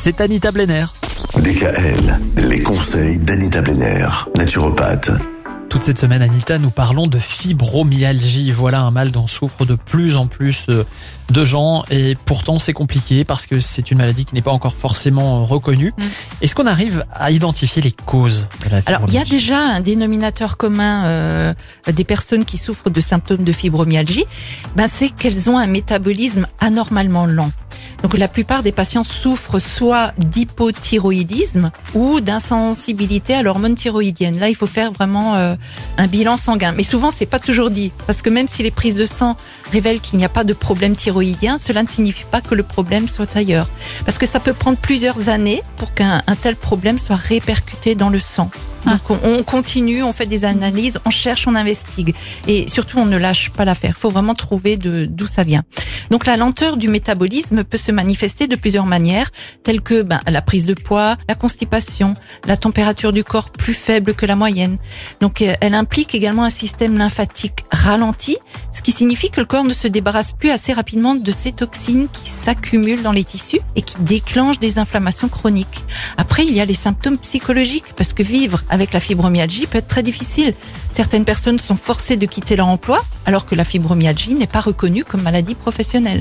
c'est Anita Blenner. DKL, les conseils d'Anita Blenner, naturopathe. Toute cette semaine, Anita, nous parlons de fibromyalgie. Voilà un mal dont souffrent de plus en plus de gens et pourtant c'est compliqué parce que c'est une maladie qui n'est pas encore forcément reconnue. Est-ce qu'on arrive à identifier les causes de la fibromyalgie ? Alors, il y a déjà un dénominateur commun des personnes qui souffrent de symptômes de fibromyalgie, c'est qu'elles ont un métabolisme anormalement lent. Donc la plupart des patients souffrent soit d'hypothyroïdisme ou d'insensibilité à l'hormone thyroïdienne. Là, il faut faire vraiment un bilan sanguin. Mais souvent, c'est pas toujours dit. Parce que même si les prises de sang révèlent qu'il n'y a pas de problème thyroïdien, cela ne signifie pas que le problème soit ailleurs. Parce que ça peut prendre plusieurs années pour qu'un tel problème soit répercuté dans le sang. Donc on continue, on fait des analyses, on cherche, on investigue. Et surtout, on ne lâche pas l'affaire. Il faut vraiment trouver d'où ça vient. Donc la lenteur du métabolisme peut se manifester de plusieurs manières, telles que la prise de poids, la constipation, la température du corps plus faible que la moyenne. Donc elle implique également un système lymphatique ralenti, ce qui signifie que le corps ne se débarrasse plus assez rapidement de ces toxines qui s'accumulent dans les tissus et qui déclenchent des inflammations chroniques. Après, il y a les symptômes psychologiques, parce que vivre avec la fibromyalgie peut être très difficile. Certaines personnes sont forcées de quitter leur emploi, alors que la fibromyalgie n'est pas reconnue comme maladie professionnelle.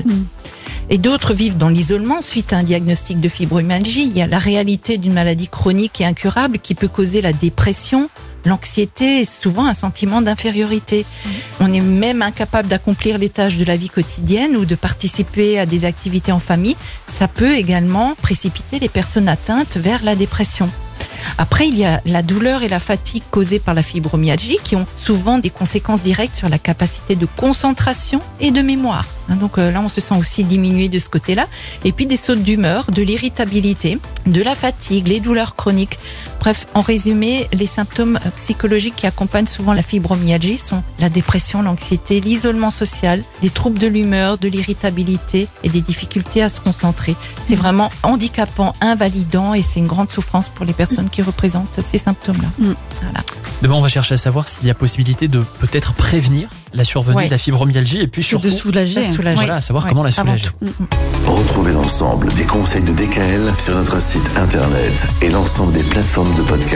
Et d'autres vivent dans l'isolement suite à un diagnostic de fibromyalgie. Il y a la réalité d'une maladie chronique et incurable qui peut causer la dépression, l'anxiété et souvent un sentiment d'infériorité. On est même incapable d'accomplir les tâches de la vie quotidienne ou de participer à des activités en famille. Ça peut également précipiter les personnes atteintes vers la dépression. Après, il y a la douleur et la fatigue causées par la fibromyalgie qui ont souvent des conséquences directes sur la capacité de concentration et de mémoire. Donc là, on se sent aussi diminué de ce côté-là. Et puis des sautes d'humeur, de l'irritabilité, de la fatigue, les douleurs chroniques. Bref, en résumé, les symptômes psychologiques qui accompagnent souvent la fibromyalgie sont la dépression, l'anxiété, l'isolement social, des troubles de l'humeur, de l'irritabilité et des difficultés à se concentrer. C'est vraiment handicapant, invalidant et c'est une grande souffrance pour les personnes qui représentent ces symptômes-là. Voilà. Demain, on va chercher à savoir s'il y a possibilité de peut-être prévenir la survenue de la fibromyalgie et puis surtout de soulager. Voilà, savoir comment la soulager. Retrouvez l'ensemble des conseils de DKL sur notre site internet et l'ensemble des plateformes de podcast.